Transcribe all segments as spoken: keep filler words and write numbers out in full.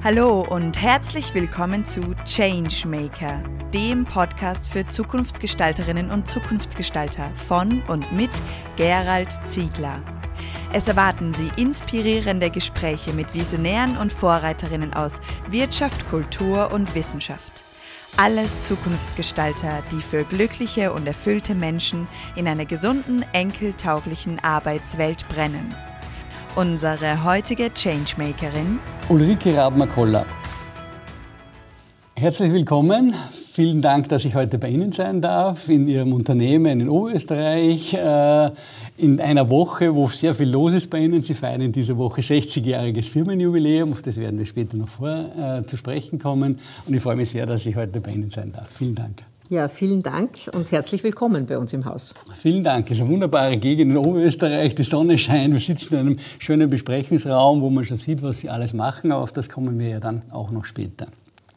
Hallo und herzlich willkommen zu Changemaker, dem Podcast für Zukunftsgestalterinnen und Zukunftsgestalter von und mit Gerald Ziegler. Es erwarten Sie inspirierende Gespräche mit Visionären und Vorreiterinnen aus Wirtschaft, Kultur und Wissenschaft. Alles Zukunftsgestalter, die für glückliche und erfüllte Menschen in einer gesunden, enkeltauglichen Arbeitswelt brennen. Unsere heutige Changemakerin Ulrike Rabmer-Koller. Herzlich willkommen. Vielen Dank, dass ich heute bei Ihnen sein darf, in Ihrem Unternehmen in Oberösterreich, äh, in einer Woche, wo sehr viel los ist bei Ihnen. Sie feiern in dieser Woche sechzigjähriges Firmenjubiläum, auf das werden wir später noch vor, äh, zu sprechen kommen. Und ich freue mich sehr, dass ich heute bei Ihnen sein darf. Vielen Dank. Ja, vielen Dank und herzlich willkommen bei uns im Haus. Vielen Dank. Es ist eine wunderbare Gegend in Oberösterreich. Die Sonne scheint. Wir sitzen in einem schönen Besprechungsraum, wo man schon sieht, was Sie alles machen. Aber auf das kommen wir ja dann auch noch später.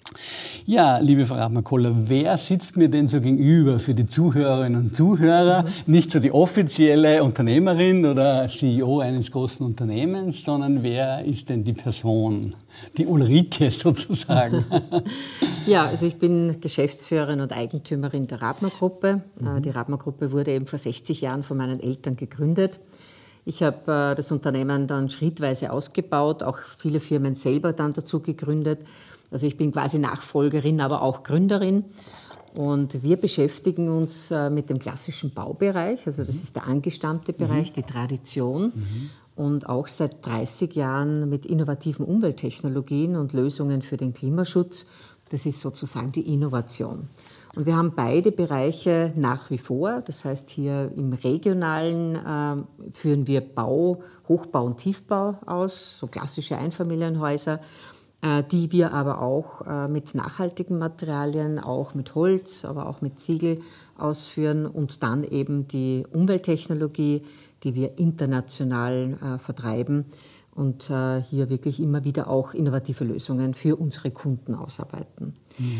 Ja, liebe Frau Rabmer-Koller, wer sitzt mir denn so gegenüber für die Zuhörerinnen und Zuhörer? Mhm. Nicht so die offizielle Unternehmerin oder C E O eines großen Unternehmens, sondern wer ist denn die Person? Die Ulrike sozusagen. Ja, also ich bin Geschäftsführerin und Eigentümerin der Rabmer-Gruppe. Mhm. Die Rabmer-Gruppe wurde eben vor sechzig Jahren von meinen Eltern gegründet. Ich habe das Unternehmen dann schrittweise ausgebaut, auch viele Firmen selber dann dazu gegründet. Also ich bin quasi Nachfolgerin, aber auch Gründerin. Und wir beschäftigen uns mit dem klassischen Baubereich, also das ist der angestammte Bereich, mhm. die Tradition. Mhm. Und auch seit dreißig Jahren mit innovativen Umwelttechnologien und Lösungen für den Klimaschutz. Das ist sozusagen die Innovation. Und wir haben beide Bereiche nach wie vor. Das heißt, hier im Regionalen äh, führen wir Bau, Hochbau und Tiefbau aus, so klassische Einfamilienhäuser, äh, die wir aber auch äh, mit nachhaltigen Materialien, auch mit Holz, aber auch mit Ziegel ausführen und dann eben die Umwelttechnologie, die wir international äh, vertreiben und äh, hier wirklich immer wieder auch innovative Lösungen für unsere Kunden ausarbeiten. Mhm.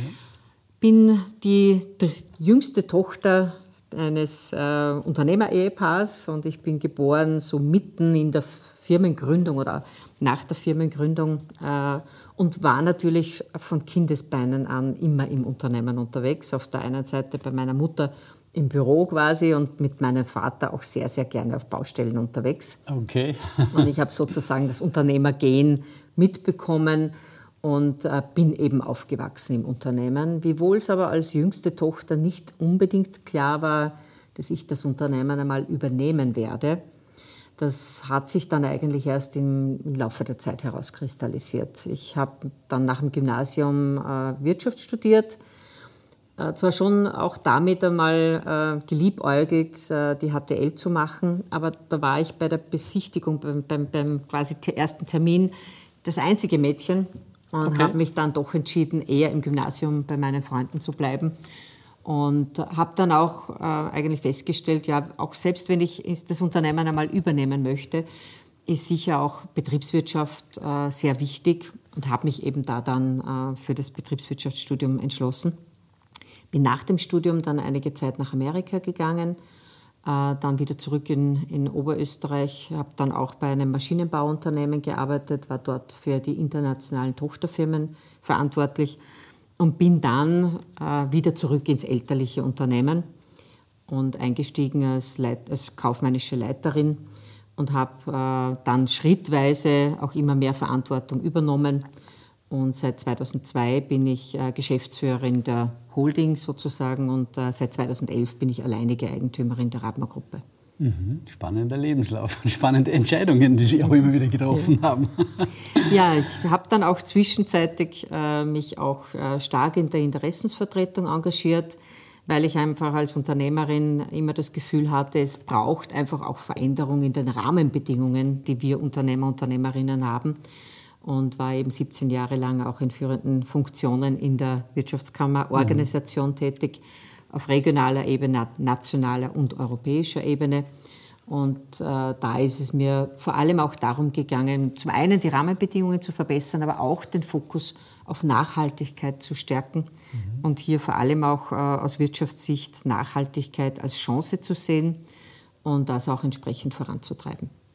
Bin die jüngste Tochter eines äh, Unternehmer-Ehepaars und ich bin geboren so mitten in der Firmengründung oder nach der Firmengründung äh, und war natürlich von Kindesbeinen an immer im Unternehmen unterwegs. Auf der einen Seite bei meiner Mutter im Büro quasi und mit meinem Vater auch sehr, sehr gerne auf Baustellen unterwegs. Okay. Und ich habe sozusagen das Unternehmergehen mitbekommen und äh, bin eben aufgewachsen im Unternehmen. Wiewohl es aber als jüngste Tochter nicht unbedingt klar war, dass ich das Unternehmen einmal übernehmen werde. Das hat sich dann eigentlich erst im, im Laufe der Zeit herauskristallisiert. Ich habe dann nach dem Gymnasium äh, Wirtschaft studiert, zwar schon auch damit einmal äh, geliebäugelt, äh, die H T L zu machen, aber da war ich bei der Besichtigung, beim, beim, beim quasi ersten Termin, das einzige Mädchen und okay. habe mich dann doch entschieden, eher im Gymnasium bei meinen Freunden zu bleiben. Und habe dann auch äh, eigentlich festgestellt, ja, auch selbst wenn ich das Unternehmen einmal übernehmen möchte, ist sicher auch Betriebswirtschaft äh, sehr wichtig und habe mich eben da dann äh, für das Betriebswirtschaftsstudium entschlossen. Bin nach dem Studium dann einige Zeit nach Amerika gegangen, äh, dann wieder zurück in, in Oberösterreich, habe dann auch bei einem Maschinenbauunternehmen gearbeitet, war dort für die internationalen Tochterfirmen verantwortlich und bin dann äh, wieder zurück ins elterliche Unternehmen und eingestiegen als, Leit- als kaufmännische Leiterin und habe äh, dann schrittweise auch immer mehr Verantwortung übernommen. Und seit zweitausendzwei bin ich äh, Geschäftsführerin der Holding sozusagen und äh, seit zweitausendelf bin ich alleinige Eigentümerin der Rabmer-Gruppe. Mhm. Spannender Lebenslauf, spannende Entscheidungen, die Sie auch immer wieder getroffen ja. haben. Ja, ich habe dann auch zwischenzeitlich äh, mich auch äh, stark in der Interessensvertretung engagiert, weil ich einfach als Unternehmerin immer das Gefühl hatte, es braucht einfach auch Veränderung in den Rahmenbedingungen, die wir Unternehmer und Unternehmerinnen haben. Und war eben siebzehn Jahre lang auch in führenden Funktionen in der Wirtschaftskammerorganisation mhm. tätig, auf regionaler Ebene, nationaler und europäischer Ebene. Und äh, da ist es mir vor allem auch darum gegangen, zum einen die Rahmenbedingungen zu verbessern, aber auch den Fokus auf Nachhaltigkeit zu stärken mhm. und hier vor allem auch äh, aus Wirtschaftssicht Nachhaltigkeit als Chance zu sehen und das auch entsprechend voranzutreiben.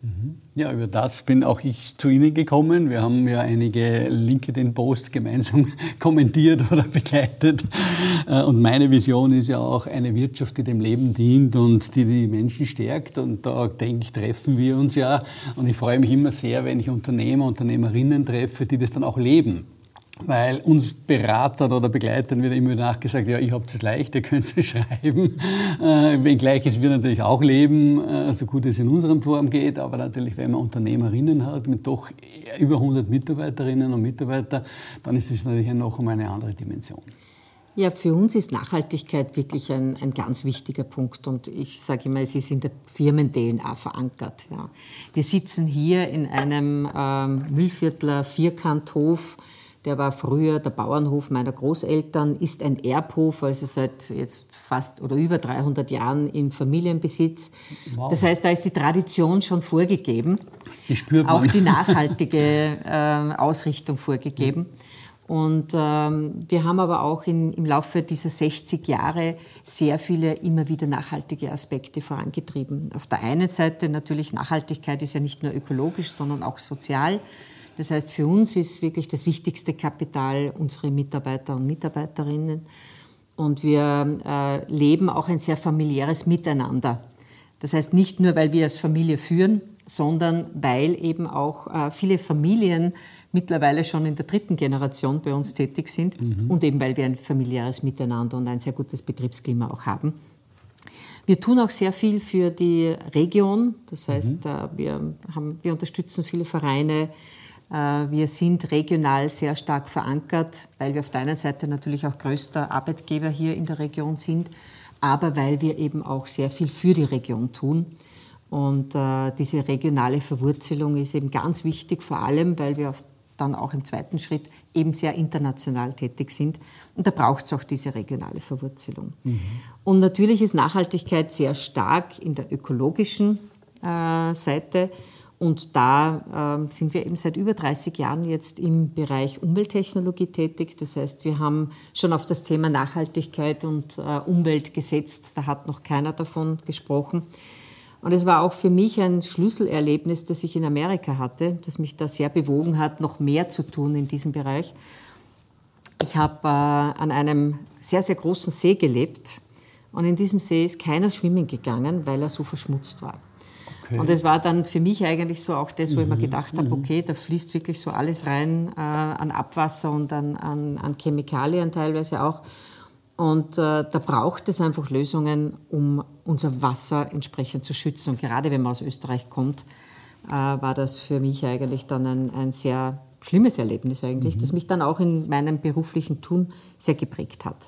Ja, über das bin auch ich zu Ihnen gekommen. Wir haben ja einige LinkedIn-Posts gemeinsam kommentiert oder begleitet. Und meine Vision ist ja auch eine Wirtschaft, die dem Leben dient und die die Menschen stärkt. Und da denke ich, treffen wir uns ja. Und ich freue mich immer sehr, wenn ich Unternehmer, Unternehmerinnen treffe, die das dann auch leben. Weil uns Beratern oder Begleitern wird immer nachgesagt, ja, ich habt es leicht, ihr könnt es schreiben. Äh, wenngleich wir natürlich auch leben, äh, so gut es in unserem Form geht. Aber natürlich, wenn man Unternehmerinnen hat mit doch über hundert Mitarbeiterinnen und Mitarbeitern, dann ist es natürlich noch einmal eine andere Dimension. Ja, für uns ist Nachhaltigkeit wirklich ein, ein ganz wichtiger Punkt. Und ich sage immer, es ist in der Firmen-D N A verankert. Ja. Wir sitzen hier in einem ähm, Müllviertler Vierkanthof. Der war früher der Bauernhof meiner Großeltern, ist ein Erbhof, also seit jetzt fast oder über dreihundert Jahren in Familienbesitz. Wow. Das heißt, da ist die Tradition schon vorgegeben, die spürt man. Auch die nachhaltige äh, Ausrichtung vorgegeben. Und ähm, wir haben aber auch in, im Laufe dieser sechzig Jahre sehr viele immer wieder nachhaltige Aspekte vorangetrieben. Auf der einen Seite natürlich, Nachhaltigkeit ist ja nicht nur ökologisch, sondern auch sozial. Das heißt, für uns ist wirklich das wichtigste Kapital unsere Mitarbeiter und Mitarbeiterinnen. Und wir äh, leben auch ein sehr familiäres Miteinander. Das heißt, nicht nur, weil wir als Familie führen, sondern weil eben auch äh, viele Familien mittlerweile schon in der dritten Generation bei uns tätig sind. Mhm. Und eben, weil wir ein familiäres Miteinander und ein sehr gutes Betriebsklima auch haben. Wir tun auch sehr viel für die Region. Das heißt, mhm. äh, wir, haben, wir unterstützen viele Vereine. Wir sind regional sehr stark verankert, weil wir auf der einen Seite natürlich auch größter Arbeitgeber hier in der Region sind, aber weil wir eben auch sehr viel für die Region tun. Und äh, diese regionale Verwurzelung ist eben ganz wichtig, vor allem, weil wir auf, dann auch im zweiten Schritt eben sehr international tätig sind. Und da braucht es auch diese regionale Verwurzelung. Mhm. Und natürlich ist Nachhaltigkeit sehr stark in der ökologischen äh, Seite. Und da äh, sind wir eben seit über dreißig Jahren jetzt im Bereich Umwelttechnologie tätig. Das heißt, wir haben schon auf das Thema Nachhaltigkeit und äh, Umwelt gesetzt. Da hat noch keiner davon gesprochen. Und es war auch für mich ein Schlüsselerlebnis, das ich in Amerika hatte, das mich da sehr bewogen hat, noch mehr zu tun in diesem Bereich. Ich habe äh, an einem sehr, sehr großen See gelebt. Und in diesem See ist keiner schwimmen gegangen, weil er so verschmutzt war. Okay. Und es war dann für mich eigentlich so auch das, wo ich mir gedacht habe, okay, da fließt wirklich so alles rein äh, an Abwasser und an, an, an Chemikalien teilweise auch. Und äh, da braucht es einfach Lösungen, um unser Wasser entsprechend zu schützen. Und gerade wenn man aus Österreich kommt, äh, war das für mich eigentlich dann ein, ein sehr schlimmes Erlebnis eigentlich, mhm. das mich dann auch in meinem beruflichen Tun sehr geprägt hat.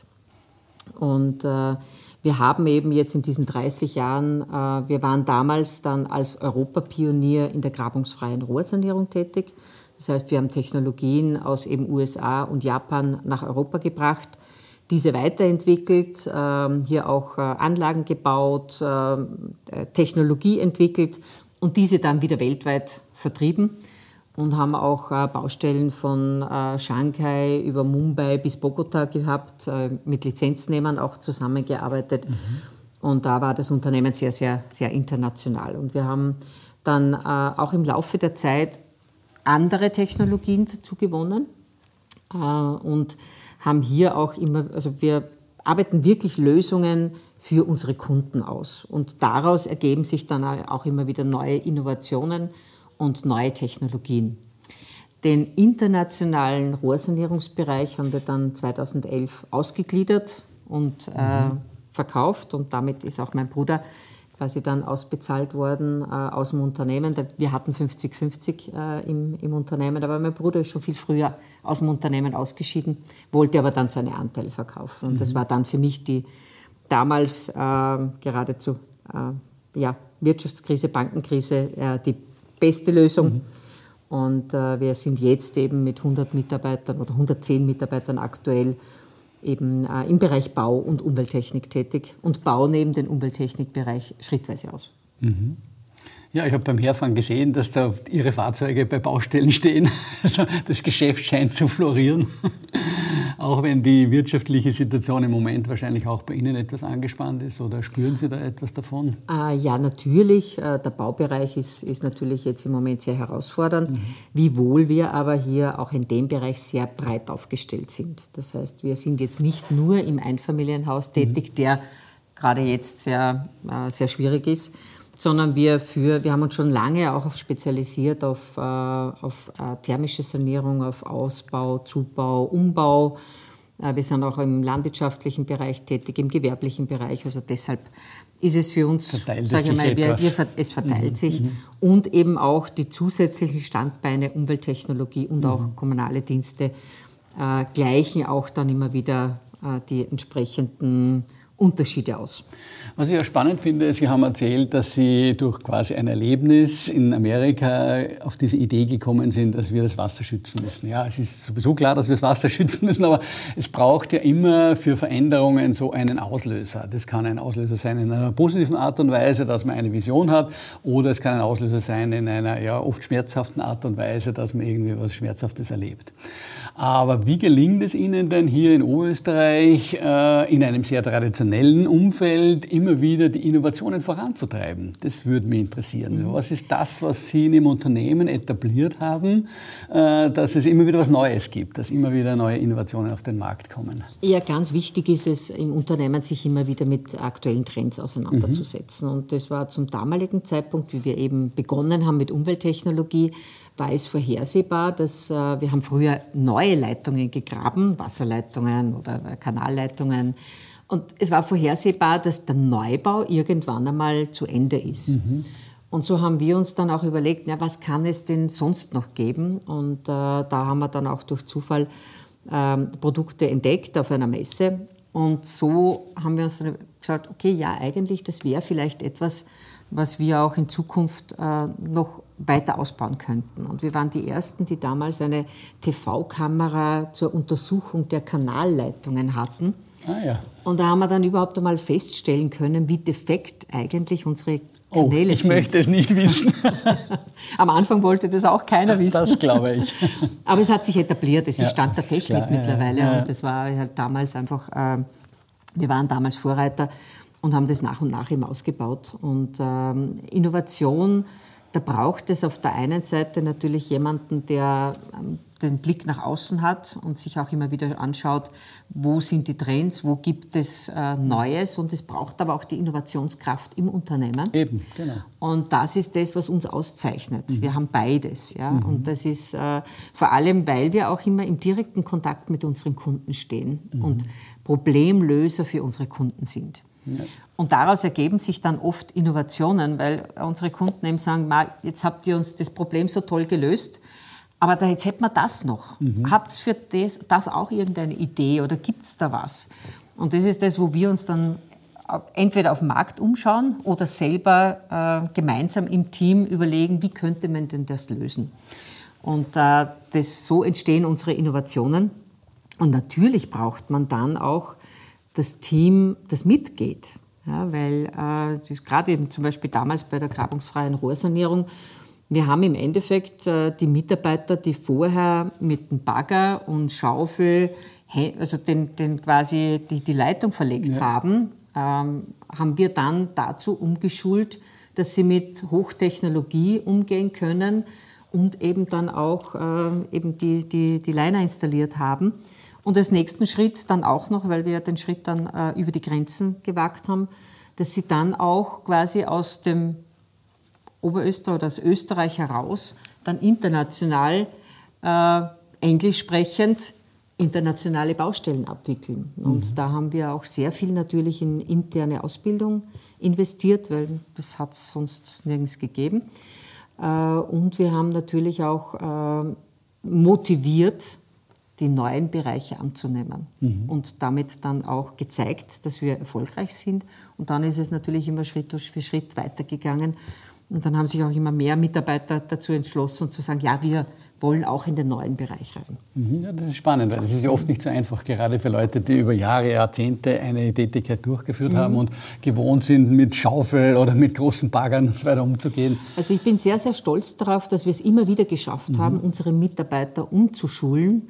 Und äh, wir haben eben jetzt in diesen dreißig Jahren, äh, wir waren damals dann als Europapionier in der grabungsfreien Rohrsanierung tätig. Das heißt, wir haben Technologien aus eben U S A und Japan nach Europa gebracht, diese weiterentwickelt, äh, hier auch äh, Anlagen gebaut, äh, Technologie entwickelt und diese dann wieder weltweit vertrieben. Und haben auch äh, Baustellen von äh, Shanghai über Mumbai bis Bogota gehabt, äh, mit Lizenznehmern auch zusammengearbeitet. Mhm. Und da war das Unternehmen sehr, sehr, sehr international. Und wir haben dann äh, auch im Laufe der Zeit andere Technologien dazu gewonnen äh, und haben hier auch immer, also wir arbeiten wirklich Lösungen für unsere Kunden aus. Und daraus ergeben sich dann auch immer wieder neue Innovationen und neue Technologien. Den internationalen Rohrsanierungsbereich haben wir dann zweitausendelf ausgegliedert und äh, mhm. verkauft und damit ist auch mein Bruder quasi dann ausbezahlt worden äh, aus dem Unternehmen. Wir hatten fünfzig fünfzig äh, im, im Unternehmen, aber mein Bruder ist schon viel früher aus dem Unternehmen ausgeschieden, wollte aber dann seine Anteile verkaufen. Und mhm. das war dann für mich die damals äh, geradezu äh, ja, Wirtschaftskrise, Bankenkrise, äh, die beste Lösung. Mhm. Und äh, wir sind jetzt eben mit hundert Mitarbeitern oder hundertzehn Mitarbeitern aktuell eben äh, im Bereich Bau und Umwelttechnik tätig und bauen eben den Umwelttechnikbereich schrittweise aus. Mhm. Ja, ich habe beim Herfahren gesehen, dass da Ihre Fahrzeuge bei Baustellen stehen. Also das Geschäft scheint zu florieren. Auch wenn die wirtschaftliche Situation im Moment wahrscheinlich auch bei Ihnen etwas angespannt ist, oder spüren Sie da etwas davon? Äh, ja, natürlich. Äh, der Baubereich ist, ist natürlich jetzt im Moment sehr herausfordernd, mhm. wiewohl wir aber hier auch in dem Bereich sehr breit aufgestellt sind. Das heißt, wir sind jetzt nicht nur im Einfamilienhaus tätig, mhm. der gerade jetzt sehr, äh, sehr schwierig ist, sondern wir, für, wir haben uns schon lange auch auf spezialisiert auf, äh, auf äh, thermische Sanierung, auf Ausbau, Zubau, Umbau. Äh, wir sind auch im landwirtschaftlichen Bereich tätig, im gewerblichen Bereich. Also deshalb ist es für uns, verteilt sage ich mal, wir, wir, es verteilt mhm. sich. Mhm. Und eben auch die zusätzlichen Standbeine Umwelttechnologie und mhm. auch kommunale Dienste äh, gleichen auch dann immer wieder äh, die entsprechenden Unterschiede aus. Was ich auch spannend finde, Sie haben erzählt, dass Sie durch quasi ein Erlebnis in Amerika auf diese Idee gekommen sind, dass wir das Wasser schützen müssen. Ja, es ist sowieso klar, dass wir das Wasser schützen müssen, aber es braucht ja immer für Veränderungen so einen Auslöser. Das kann ein Auslöser sein in einer positiven Art und Weise, dass man eine Vision hat, oder es kann ein Auslöser sein in einer ja, oft schmerzhaften Art und Weise, dass man irgendwie was Schmerzhaftes erlebt. Aber wie gelingt es Ihnen denn hier in Oberösterreich äh, in einem sehr traditionellen Umfeld immer wieder die Innovationen voranzutreiben? Das würde mich interessieren. Mhm. Was ist das, was Sie in Ihrem Unternehmen etabliert haben, äh, dass es immer wieder was Neues gibt, dass immer wieder neue Innovationen auf den Markt kommen? Ja, ganz wichtig ist es im Unternehmen, sich immer wieder mit aktuellen Trends auseinanderzusetzen. Mhm. Und das war zum damaligen Zeitpunkt, wie wir eben begonnen haben mit Umwelttechnologie, war es vorhersehbar, dass äh, wir haben früher neue Leitungen gegraben, Wasserleitungen oder Kanalleitungen. Und es war vorhersehbar, dass der Neubau irgendwann einmal zu Ende ist. Mhm. Und so haben wir uns dann auch überlegt, na, was kann es denn sonst noch geben? Und äh, da haben wir dann auch durch Zufall äh, Produkte entdeckt auf einer Messe. Und so haben wir uns dann gesagt, okay, ja, eigentlich, das wäre vielleicht etwas, was wir auch in Zukunft äh, noch weiter ausbauen könnten. Und wir waren die Ersten, die damals eine T V-Kamera zur Untersuchung der Kanalleitungen hatten. Ah, ja. Und da haben wir dann überhaupt einmal feststellen können, wie defekt eigentlich unsere Kanäle oh, ich sind. Ich möchte es nicht wissen. Am Anfang wollte das auch keiner wissen. Das glaube ich. Aber es hat sich etabliert, es ja, ist Stand der Technik klar, mittlerweile. Ja, ja. Und das war halt damals einfach, äh, wir waren damals Vorreiter und haben das nach und nach eben ausgebaut. Und ähm, Innovation, da braucht es auf der einen Seite natürlich jemanden, der ähm, den Blick nach außen hat und sich auch immer wieder anschaut, wo sind die Trends, wo gibt es äh, Neues. Und es braucht aber auch die Innovationskraft im Unternehmen. Eben, genau. Und das ist das, was uns auszeichnet. Mhm. Wir haben beides. Ja? Mhm. Und das ist äh, vor allem, weil wir auch immer im direkten Kontakt mit unseren Kunden stehen mhm. und Problemlöser für unsere Kunden sind. Ja. Und daraus ergeben sich dann oft Innovationen, weil unsere Kunden eben sagen, jetzt habt ihr uns das Problem so toll gelöst, aber da, jetzt hätten wir das noch. Mhm. Habt ihr für das, das auch irgendeine Idee oder gibt es da was? Und das ist das, wo wir uns dann entweder auf dem Markt umschauen oder selber äh, gemeinsam im Team überlegen, wie könnte man denn das lösen? Und äh, das, so entstehen unsere Innovationen. Und natürlich braucht man dann auch das Team, das mitgeht. Ja, weil äh, gerade eben zum Beispiel damals bei der grabungsfreien Rohrsanierung, wir haben im Endeffekt äh, die Mitarbeiter, die vorher mit dem Bagger und Schaufel, also den, den quasi die, die Leitung verlegt ja. haben, ähm, haben wir dann dazu umgeschult, dass sie mit Hochtechnologie umgehen können und eben dann auch äh, eben die, die, die Liner installiert haben. Und als nächsten Schritt dann auch noch, weil wir ja den Schritt dann äh, über die Grenzen gewagt haben, dass sie dann auch quasi aus dem Oberösterreich oder aus Österreich heraus dann international, äh, englisch sprechend, internationale Baustellen abwickeln. Und mhm. da haben wir auch sehr viel natürlich in interne Ausbildung investiert, weil das hat es sonst nirgends gegeben. Äh, und wir haben natürlich auch äh, motiviert, die neuen Bereiche anzunehmen mhm. und damit dann auch gezeigt, dass wir erfolgreich sind. Und dann ist es natürlich immer Schritt für Schritt weitergegangen. Und dann haben sich auch immer mehr Mitarbeiter dazu entschlossen, zu sagen, ja, wir wollen auch in den neuen Bereich rein. Mhm, ja, das ist spannend, weil das ist ja oft nicht so einfach, gerade für Leute, die über Jahre, Jahrzehnte eine Tätigkeit durchgeführt mhm. haben und gewohnt sind, mit Schaufel oder mit großen Baggern und so weiter umzugehen. Also ich bin sehr, sehr stolz darauf, dass wir es immer wieder geschafft mhm. haben, unsere Mitarbeiter umzuschulen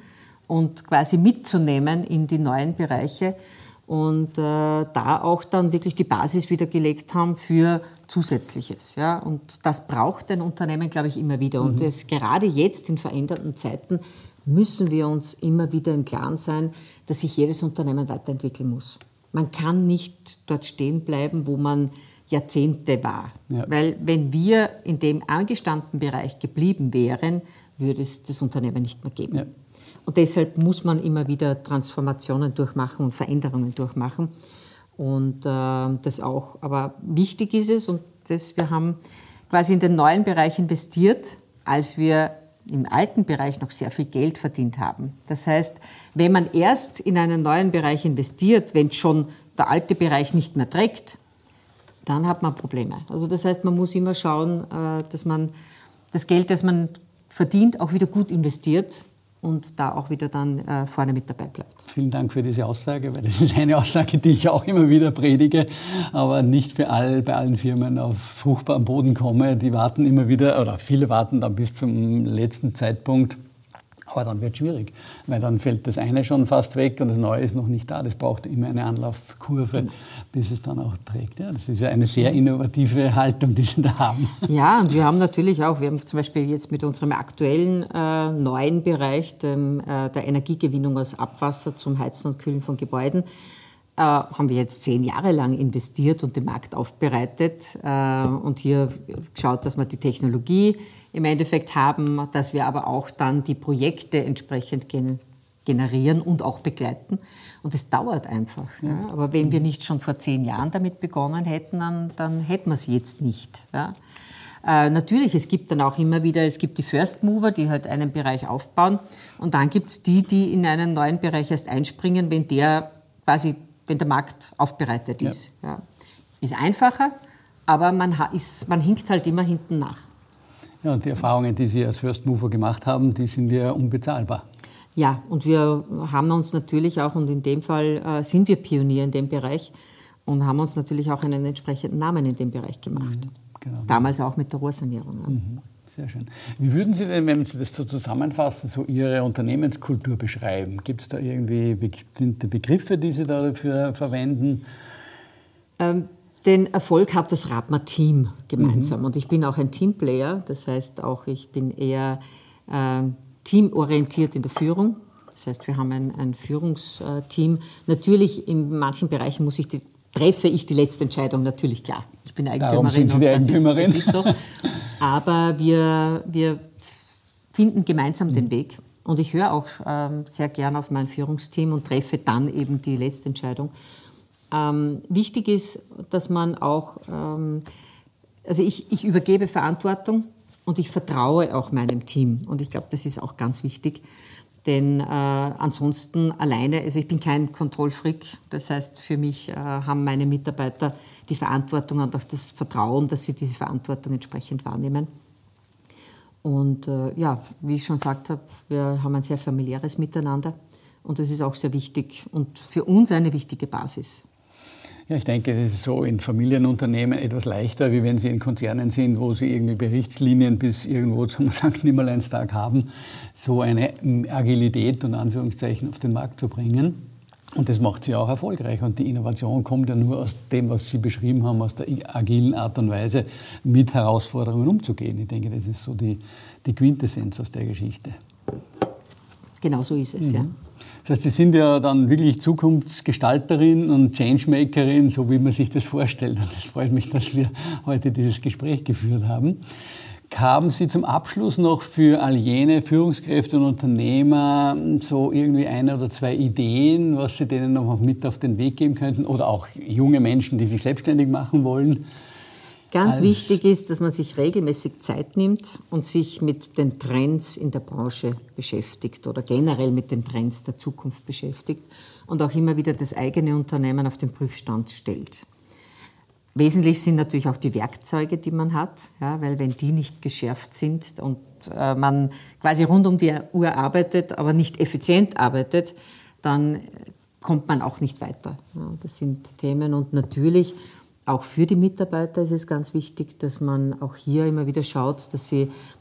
und quasi mitzunehmen in die neuen Bereiche und äh, da auch dann wirklich die Basis wieder gelegt haben für Zusätzliches. Ja? Und das braucht ein Unternehmen, glaube ich, immer wieder. Und das, gerade jetzt in veränderten Zeiten müssen wir uns immer wieder im Klaren sein, dass sich jedes Unternehmen weiterentwickeln muss. Man kann nicht dort stehen bleiben, wo man Jahrzehnte war. Ja. Weil wenn wir in dem angestammten Bereich geblieben wären, würde es das Unternehmen nicht mehr geben. Ja. Und deshalb muss man immer wieder Transformationen durchmachen und Veränderungen durchmachen. Und äh, das auch. Aber wichtig ist es, und das, wir haben quasi in den neuen Bereich investiert, als wir im alten Bereich noch sehr viel Geld verdient haben. Das heißt, wenn man erst in einen neuen Bereich investiert, wenn schon der alte Bereich nicht mehr trägt, dann hat man Probleme. Also das heißt, man muss immer schauen, dass man das Geld, das man verdient, auch wieder gut investiert und da auch wieder dann vorne mit dabei bleibt. Vielen Dank für diese Aussage, weil das ist eine Aussage, die ich auch immer wieder predige, aber nicht für all, bei allen Firmen auf fruchtbaren Boden komme. Die warten immer wieder, oder viele warten dann bis zum letzten Zeitpunkt. Aber dann wird es schwierig, weil dann fällt das eine schon fast weg und das Neue ist noch nicht da. Das braucht immer eine Anlaufkurve, genau, bis es dann auch trägt. Ja, das ist ja eine sehr innovative Haltung, die Sie da haben. Ja, und wir haben natürlich auch, wir haben zum Beispiel jetzt mit unserem aktuellen äh, neuen Bereich, dem, äh, der Energiegewinnung aus Abwasser zum Heizen und Kühlen von Gebäuden, äh, haben wir jetzt zehn Jahre lang investiert und den Markt aufbereitet äh, und hier geschaut, dass wir die Technologie im Endeffekt haben, dass wir aber auch dann die Projekte entsprechend gen- generieren und auch begleiten. Und es dauert einfach. Ja. Ja. Aber wenn wir nicht schon vor zehn Jahren damit begonnen hätten, dann, dann hätten wir es jetzt nicht. Ja. Äh, natürlich, es gibt dann auch immer wieder, es gibt die First Mover, die halt einen Bereich aufbauen. Und dann gibt es die, die in einen neuen Bereich erst einspringen, wenn der quasi, wenn der Markt aufbereitet ist. Ja. Ja. Ist einfacher, aber man, ha- ist, man hinkt halt immer hinten nach. Ja, und die Erfahrungen, die Sie als First Mover gemacht haben, die sind ja unbezahlbar. Ja, und wir haben uns natürlich auch, und in dem Fall äh, sind wir Pionier in dem Bereich, und haben uns natürlich auch einen entsprechenden Namen in dem Bereich gemacht. Mhm, genau. Damals auch mit der Rohrsanierung. Ja. Mhm, sehr schön. Wie würden Sie denn, wenn Sie das so zusammenfassen, so Ihre Unternehmenskultur beschreiben? Gibt es da irgendwie bestimmte Begriffe, die Sie dafür verwenden? Ähm, Den Erfolg hat das Radmer-Team gemeinsam. Mhm. Und ich bin auch ein Teamplayer. Das heißt auch, ich bin eher äh, teamorientiert in der Führung. Das heißt, wir haben ein, ein Führungsteam. Natürlich, in manchen Bereichen muss ich die, treffe ich die letzte Entscheidung, natürlich, klar. Ich bin Eigentümerin. Darum sind Sie die Eigentümerin. Das ist, das ist so. Aber wir, wir finden gemeinsam mhm. den Weg. Und ich höre auch ähm, sehr gern auf mein Führungsteam und treffe dann eben die letzte Entscheidung. Ähm, wichtig ist, dass man auch, ähm, also ich, ich übergebe Verantwortung und ich vertraue auch meinem Team. Und ich glaube, das ist auch ganz wichtig, denn äh, ansonsten alleine, also ich bin kein Kontrollfreak, das heißt, für mich äh, haben meine Mitarbeiter die Verantwortung und auch das Vertrauen, dass sie diese Verantwortung entsprechend wahrnehmen. Und äh, ja, wie ich schon gesagt habe, wir haben ein sehr familiäres Miteinander und das ist auch sehr wichtig und für uns eine wichtige Basis. Ja, ich denke, das ist so in Familienunternehmen etwas leichter, wie wenn Sie in Konzernen sind, wo Sie irgendwie Berichtslinien bis irgendwo zum Sankt Nimmerleinstag haben, so eine Agilität und Anführungszeichen auf den Markt zu bringen. Und das macht Sie auch erfolgreich. Und die Innovation kommt ja nur aus dem, was Sie beschrieben haben, aus der agilen Art und Weise, mit Herausforderungen umzugehen. Ich denke, das ist so die, die Quintessenz aus der Geschichte. Genau so ist es, mhm. ja. Das heißt, Sie sind ja dann wirklich Zukunftsgestalterin und Changemakerin, so wie man sich das vorstellt. Und es freut mich, dass wir heute dieses Gespräch geführt haben. Haben Sie zum Abschluss noch für all jene Führungskräfte und Unternehmer so irgendwie eine oder zwei Ideen, was Sie denen noch mit auf den Weg geben könnten? Oder auch junge Menschen, die sich selbstständig machen wollen? Ganz wichtig ist, dass man sich regelmäßig Zeit nimmt und sich mit den Trends in der Branche beschäftigt oder generell mit den Trends der Zukunft beschäftigt und auch immer wieder das eigene Unternehmen auf den Prüfstand stellt. Wesentlich sind natürlich auch die Werkzeuge, die man hat, ja, weil wenn die nicht geschärft sind und äh, man quasi rund um die Uhr arbeitet, aber nicht effizient arbeitet, dann kommt man auch nicht weiter. Ja, das sind Themen und natürlich auch für die Mitarbeiter ist es ganz wichtig, dass man auch hier immer wieder schaut, dass sie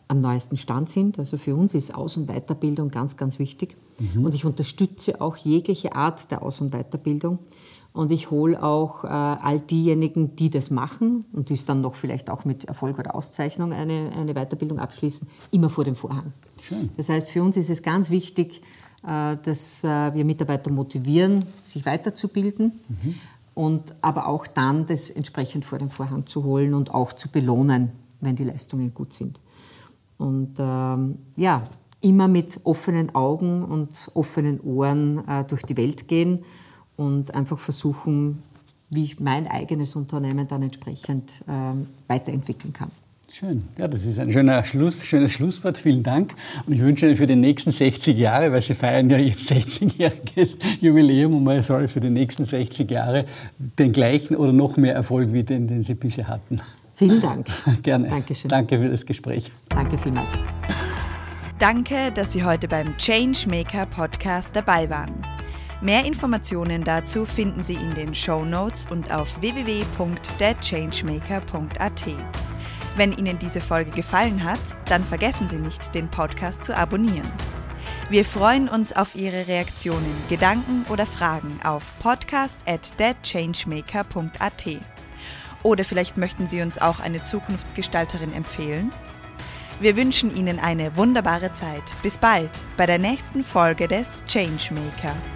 am neuesten Stand sind. Also für uns ist Aus- und Weiterbildung ganz, ganz wichtig. Mhm. Und ich unterstütze auch jegliche Art der Aus- und Weiterbildung. Und ich hole auch äh, all diejenigen, die das machen und die es dann noch vielleicht auch mit Erfolg oder Auszeichnung eine, eine Weiterbildung abschließen, immer vor dem Vorhang. Schön. Das heißt, für uns ist es ganz wichtig, äh, dass äh, wir Mitarbeiter motivieren, sich weiterzubilden, mhm. und aber auch dann das entsprechend vor den Vorhang zu holen und auch zu belohnen, wenn die Leistungen gut sind. Und ähm, ja, immer mit offenen Augen und offenen Ohren äh, durch die Welt gehen und einfach versuchen, wie ich mein eigenes Unternehmen dann entsprechend ähm, weiterentwickeln kann. Schön. Ja, das ist ein schöner Schluss, schönes Schlusswort. Vielen Dank. Und ich wünsche Ihnen für die nächsten sechzig Jahre, weil Sie feiern ja jetzt sechzigjähriges Jubiläum, und mal sorry, für die nächsten sechzig Jahre den gleichen oder noch mehr Erfolg wie den, den Sie bisher hatten. Vielen Dank. Gerne. Dankeschön. Danke für das Gespräch. Danke vielmals. Danke, dass Sie heute beim Changemaker Podcast dabei waren. Mehr Informationen dazu finden Sie in den Shownotes und auf w w w punkt der changemaker punkt a t. Wenn Ihnen diese Folge gefallen hat, dann vergessen Sie nicht, den Podcast zu abonnieren. Wir freuen uns auf Ihre Reaktionen, Gedanken oder Fragen auf podcast at der changemaker punkt a t. Oder vielleicht möchten Sie uns auch eine Zukunftsgestalterin empfehlen? Wir wünschen Ihnen eine wunderbare Zeit. Bis bald bei der nächsten Folge des Changemaker.